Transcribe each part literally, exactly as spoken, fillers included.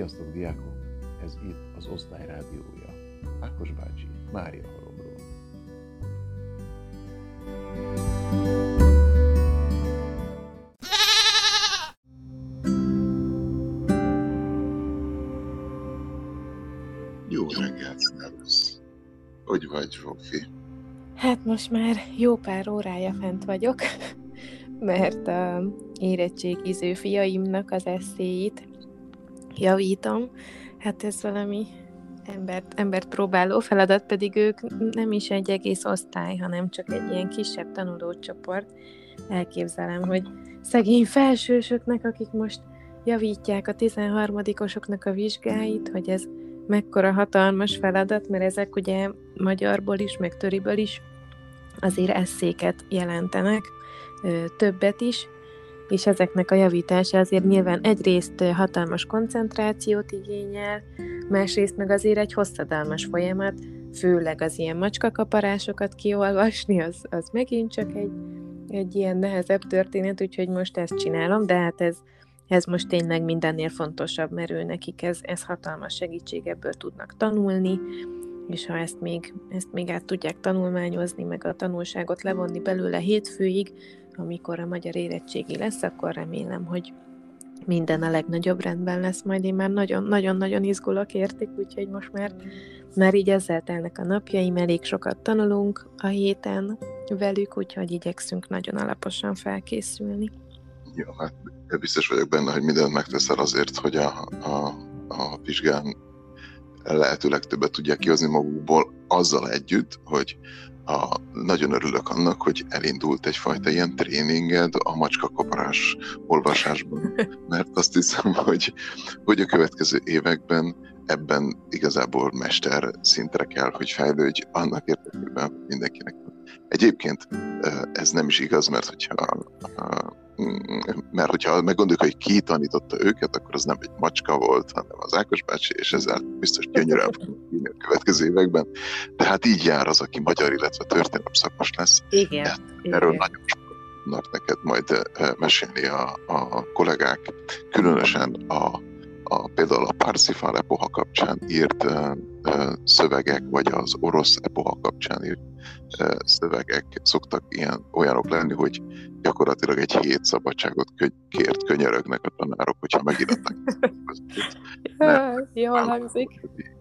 Sziasztok, diákok! Ez itt az Osztály rádiója. Ákos bácsi, Mária halomról. Jó reggelt, szervusz! Hogy vagy, Zsófi? Hát most már jó pár órája fent vagyok, mert a érettségiző fiaimnak az eszéit javítom. Hát ez valami embert, embert próbáló feladat, pedig ők nem is egy egész osztály, hanem csak egy ilyen kisebb tanulócsoport. Elképzelem, hogy szegény felsősöknek, akik most javítják a tizenharmadikosoknak a vizsgáit, hogy ez mekkora hatalmas feladat, mert ezek ugye magyarból is, meg töriből is azért esszéket jelentenek, többet is, és ezeknek a javítása azért nyilván egyrészt hatalmas koncentrációt igényel, másrészt meg azért egy hosszadalmas folyamat, főleg az ilyen macskakaparásokat kiolvasni, az, az megint csak egy, egy ilyen nehezebb történet, úgyhogy most ezt csinálom, de hát ez, ez most tényleg mindennél fontosabb, mert ő nekik ez, ez hatalmas segítség, ebből tudnak tanulni, és ha ezt még, ezt még át tudják tanulmányozni, meg a tanulságot levonni belőle hétfőig, amikor a magyar érettségi lesz, akkor remélem, hogy minden a legnagyobb rendben lesz, majd én már nagyon-nagyon izgulok érték, úgyhogy most már, már így ezzel telnek a napjaim, elég sokat tanulunk a héten velük, úgyhogy igyekszünk nagyon alaposan felkészülni. Jó, hát biztos vagyok benne, hogy mindent megteszel azért, hogy a, a, a vizsgán lehetőleg többet tudják kihozni magukból, azzal együtt, hogy a, nagyon örülök annak, hogy elindult egyfajta ilyen tréninged a macskakaparás olvasásban, mert azt hiszem, hogy, hogy a következő években ebben igazából mester szintre kell, hogy fejlődj annak érdekében mindenkinek. Egyébként ez nem is igaz, mert hogyha mert hogyha meggondoljuk, hogy ki tanította őket, akkor az nem egy macska volt, hanem az Ákos bácsi, és ezzel biztos gyönyörűen fogunk írni a következő években. Tehát így jár az, aki magyar, illetve történelem szakos lesz. Igen. Hát, igen. Erről nagyon sokat neked majd mesélni a, a kollégák, különösen a, a, például a Parsifal epoha kapcsán írt uh, uh, szövegek, vagy az orosz epoha kapcsán írt uh, szövegek szoktak ilyen, olyanok lenni, hogy gyakorlatilag egy hét szabadságot kö- kért könyörögnek a tanárok, hogyha megíratnak. Jól hangzik.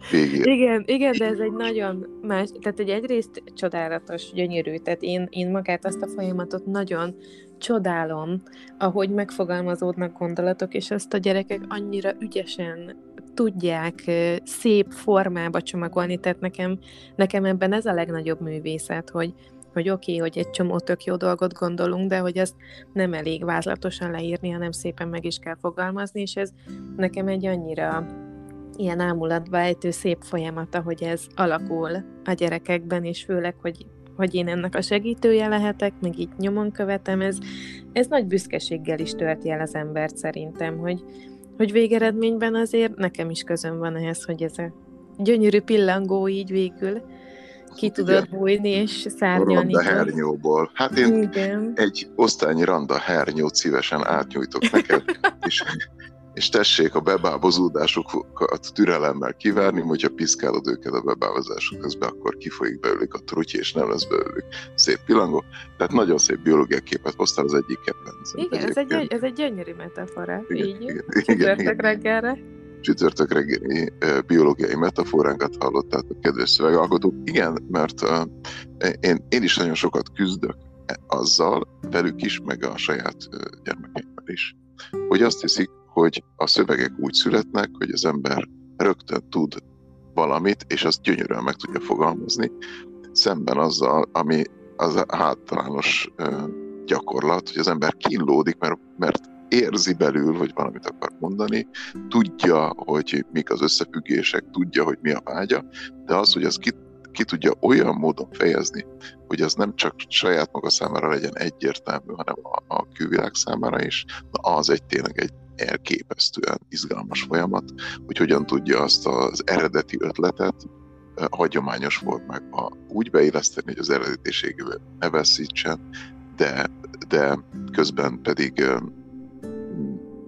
Igen, igen, de ez egy nagyon más, tehát egy egyrészt csodálatos, gyönyörű, tehát én, én magát azt a folyamatot nagyon csodálom, ahogy megfogalmazódnak gondolatok, és ezt a gyerekek annyira ügyesen tudják szép formába csomagolni, tehát nekem, nekem ebben ez a legnagyobb művészet, hogy hogy oké, okay, hogy egy csomó tök jó dolgot gondolunk, de hogy azt nem elég vázlatosan leírni, hanem szépen meg is kell fogalmazni, és ez nekem egy annyira ilyen ámulatba ejtő szép folyamat, hogy ez alakul a gyerekekben, és főleg, hogy, hogy én ennek a segítője lehetek, meg így nyomon követem, ez, ez nagy büszkeséggel is tölti el az embert szerintem, hogy, hogy végeredményben azért nekem is közöm van ehhez, hogy ez a gyönyörű pillangó így végül ki tudod bújni és szárnyalni. Randa hernyóból. Hát én igen. Egy osztálynyi randa hernyót szívesen átnyújtok neked, és, és tessék a bebábozódásukat türelemmel kivárni, hogyha piszkálod őket a bebábozásuk közben, akkor kifolyik belőlük a trutyi, és nem lesz belőlük szép pillangó. Tehát nagyon szép biológiai képet hoztál az egyik kedvencem. Igen, ez egy, ez egy gyönyörű metafora. Igen, így, igen, csütörtök igen, reggelre. Csütörtök reggeli uh, biológiai metaforánkat hallottátok, kedves szövegalkotók. Igen, mert uh, én, én is nagyon sokat küzdök azzal, velük is, meg a saját uh, gyermekeimmel is, hogy azt hiszik, hogy a szövegek úgy születnek, hogy az ember rögtön tud valamit, és azt gyönyörűen meg tudja fogalmazni, szemben azzal, ami az általános uh, gyakorlat, hogy az ember kínlódik, mert, mert érzi belül, hogy valamit akar mondani, tudja, hogy mik az összefüggések, tudja, hogy mi a vágya, de az, hogy az ki, ki tudja olyan módon fejezni, hogy az nem csak saját maga számára legyen egyértelmű, hanem a, a külvilág számára is, na az egy tényleg egy elképesztően izgalmas folyamat, hogy hogyan tudja azt az eredeti ötletet a hagyományos formákba úgy beilleszteni, hogy az eredetiségéből ne veszítsen, de, de közben pedig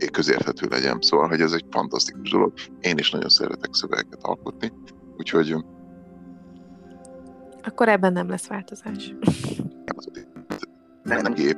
közérthető legyen. Szóval, hogy ez egy fantasztikus dolog. Én is nagyon szeretek szövegeket alkotni, úgyhogy akkor ebben nem lesz változás. Nem, nem gép.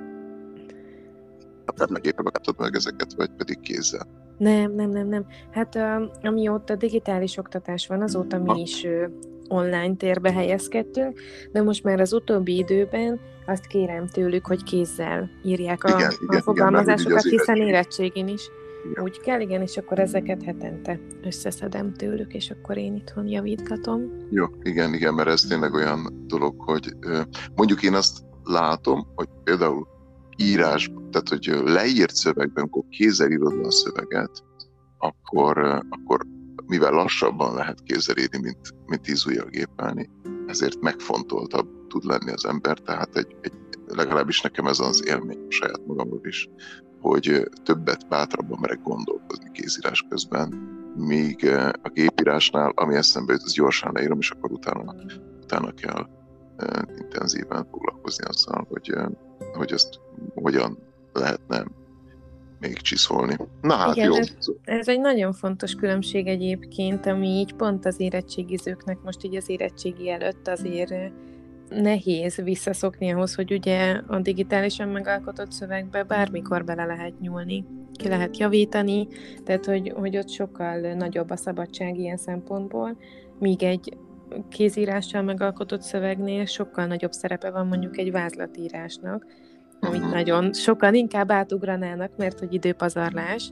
Tehát meg gépbe kaptad meg ezeket, vagy pedig kézzel? Nem, nem, nem, nem. Hát amióta digitális oktatás van, azóta mi is online térbe helyezkedtünk, de most már az utóbbi időben azt kérem tőlük, hogy kézzel írják a, igen, a igen, fogalmazásokat, igen, hiszen érettségén is igen. úgy kell, igen, és akkor ezeket hetente összeszedem tőlük, és akkor én itthon javítgatom. Jó, igen, igen, mert ez tényleg olyan dolog, hogy mondjuk én azt látom, hogy például írás, tehát hogy leírt szövegben, amikor kézzel írod le a szöveget, akkor, akkor mivel lassabban lehet kézzel írni, mint, mint tíz ujjal gépelni, ezért megfontoltabb tud lenni az ember, tehát egy, egy, legalábbis nekem ez az élmény saját magamról is, hogy többet, bátrabban merek gondolkozni kézírás közben, míg a gépírásnál, ami eszembe jut, az gyorsan leírom, és akkor utána, utána kell intenzíven foglalkozni azzal, hogy, hogy ezt hogyan lehetne még csiszolni. Na hát igen, jó. Ez, ez egy nagyon fontos különbség egyébként, ami így pont az érettségizőknek most így az érettségi előtt azért nehéz visszaszokni ahhoz, hogy ugye a digitálisan megalkotott szövegbe bármikor bele lehet nyúlni, ki lehet javítani, tehát hogy, hogy ott sokkal nagyobb a szabadság ilyen szempontból, míg egy kézírással megalkotott szövegnél sokkal nagyobb szerepe van mondjuk egy vázlatírásnak, amit nagyon sokan inkább átugranának, mert hogy időpazarlás,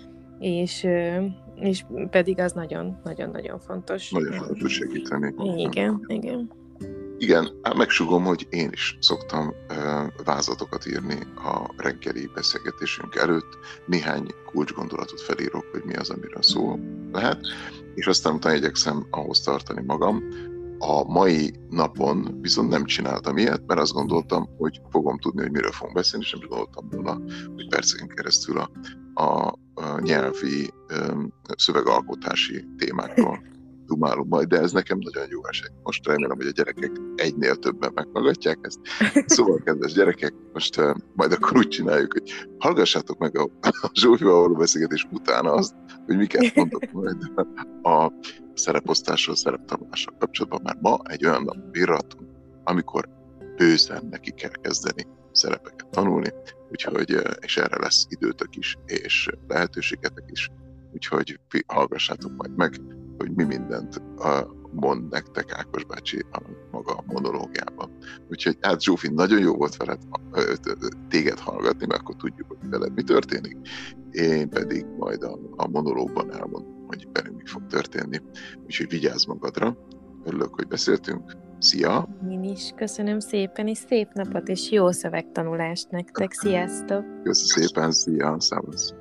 és, és pedig az nagyon-nagyon fontos. Nagyon fontos segíteni. Igen, igen. Igen, megsugom, hogy én is szoktam uh, vázlatokat írni a reggeli beszélgetésünk előtt. Néhány kulcsgondolatot felírok, hogy mi az, amiről szó lehet, és aztán utána igyekszem ahhoz tartani magam. A mai napon viszont nem csináltam ilyet, mert azt gondoltam, hogy fogom tudni, hogy miről fogunk beszélni, és nem gondoltam volna, hogy perceken keresztül a, a, a nyelvi um, szövegalkotási témákról dumálunk majd, de ez nekem nagyon jó esély. Most remélem, hogy a gyerekek egynél többen meghallgatják ezt. Szóval, kedves gyerekek, most uh, majd akkor úgy csináljuk, hogy hallgassátok meg a, a Zsófival való beszélgetés utána azt, hogy miket mondok majd a szereposztásról, szereptanulással kapcsolatban. Már ma egy olyan nap bírhatunk, amikor bőszen neki kell kezdeni szerepeket tanulni, úgyhogy, és erre lesz időtök is, és lehetőségetek is, úgyhogy hallgassátok majd meg, hogy mi mindent mond nektek Ákos bácsi a maga monológiában. Úgyhogy hát Zsófi, nagyon jó volt veled téged hallgatni, mert akkor tudjuk, hogy veled mi történik. Én pedig majd a, a monológban elmondom, hogy velünk mi fog történni. Úgyhogy vigyázz magadra. Örülök, hogy beszéltünk. Szia! Én is köszönöm szépen, és szép napot, és jó szövegtanulást nektek. Sziasztok! Köszönöm szépen, szia! Szávasz!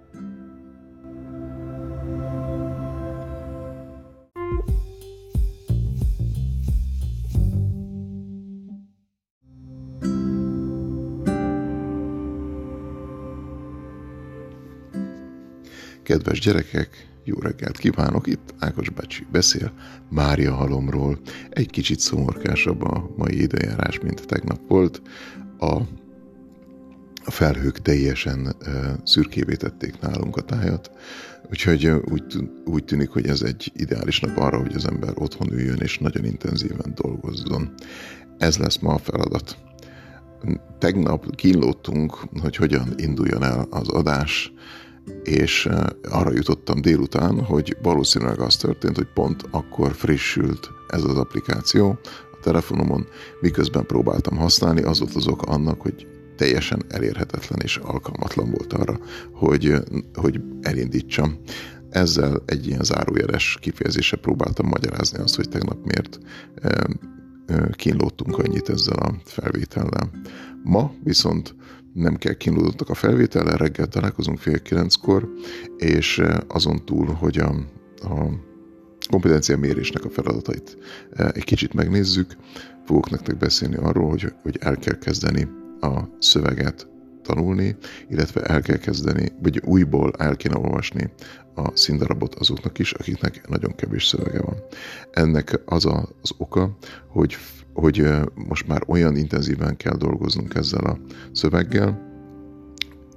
Kedves gyerekek, jó reggelt kívánok! Itt Ákos bácsi beszél Mária halomról. Egy kicsit szomorkásabb a mai időjárás, mint tegnap volt. A, a felhők teljesen uh, szürkévé tették nálunk a tájat, úgyhogy uh, úgy, úgy tűnik, hogy ez egy ideális nap arra, hogy az ember otthon üljön és nagyon intenzíven dolgozzon. Ez lesz ma a feladat. Tegnap kínlódtunk, hogy hogyan induljon el az adás, és arra jutottam délután, hogy valószínűleg az történt, hogy pont akkor frissült ez az applikáció a telefonomon, miközben próbáltam használni, az volt az oka annak, hogy teljesen elérhetetlen és alkalmatlan volt arra, hogy, hogy elindítsam. Ezzel egy ilyen zárójeles kifejezéssel próbáltam magyarázni azt, hogy tegnap miért kínlódtunk annyit ezzel a felvétellel. Ma viszont nem kell kínlódottak a felvétellel, reggel találkozunk fél kilenckor, és azon túl, hogy a, a kompetencia mérésnek a feladatait egy kicsit megnézzük, fogok nektek beszélni arról, hogy, hogy el kell kezdeni a szöveget tanulni, illetve el kell kezdeni, vagy újból el kéne olvasni a színdarabot azoknak is, akiknek nagyon kevés szövege van. Ennek az a, az oka, hogy hogy most már olyan intenzíven kell dolgoznunk ezzel a szöveggel,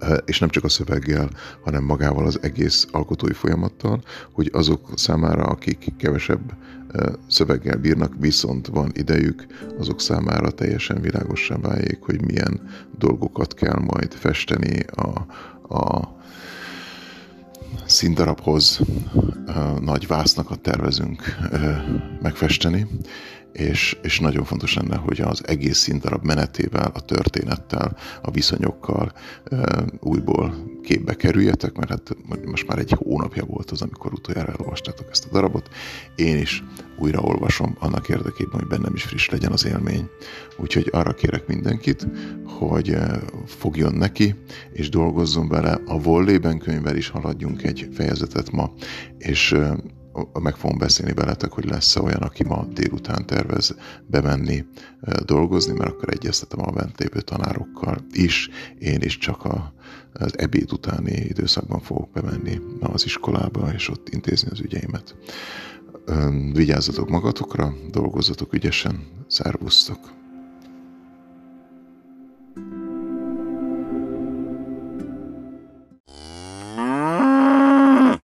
és nem csak a szöveggel, hanem magával az egész alkotói folyamattal, hogy azok számára, akik kevesebb szöveggel bírnak, viszont van idejük, azok számára teljesen világosan váljék, hogy milyen dolgokat kell majd festeni a, a színdarabhoz, nagy vásznakat tervezünk megfesteni, és, és nagyon fontos lenne, hogy az egész színdarab menetével, a történettel, a viszonyokkal újból képbe kerüljetek, mert hát most már egy hónapja volt az, amikor utoljára elolvastátok ezt a darabot. Én is újra olvasom annak érdekében, hogy bennem is friss legyen az élmény. Úgyhogy arra kérek mindenkit, hogy fogjon neki, és dolgozzon vele. A Vollében könyvvel is haladjunk egy fejezetet ma, és meg fogom beszélni veletek, hogy lesz-e olyan, aki ma délután tervez bemenni dolgozni, mert akkor egyeztetem a bent lévő tanárokkal is. Én is csak a, az ebéd utáni időszakban fogok bemenni az iskolába, és ott intézni az ügyeimet. Vigyázzatok magatokra, dolgozzatok ügyesen, szervusztok!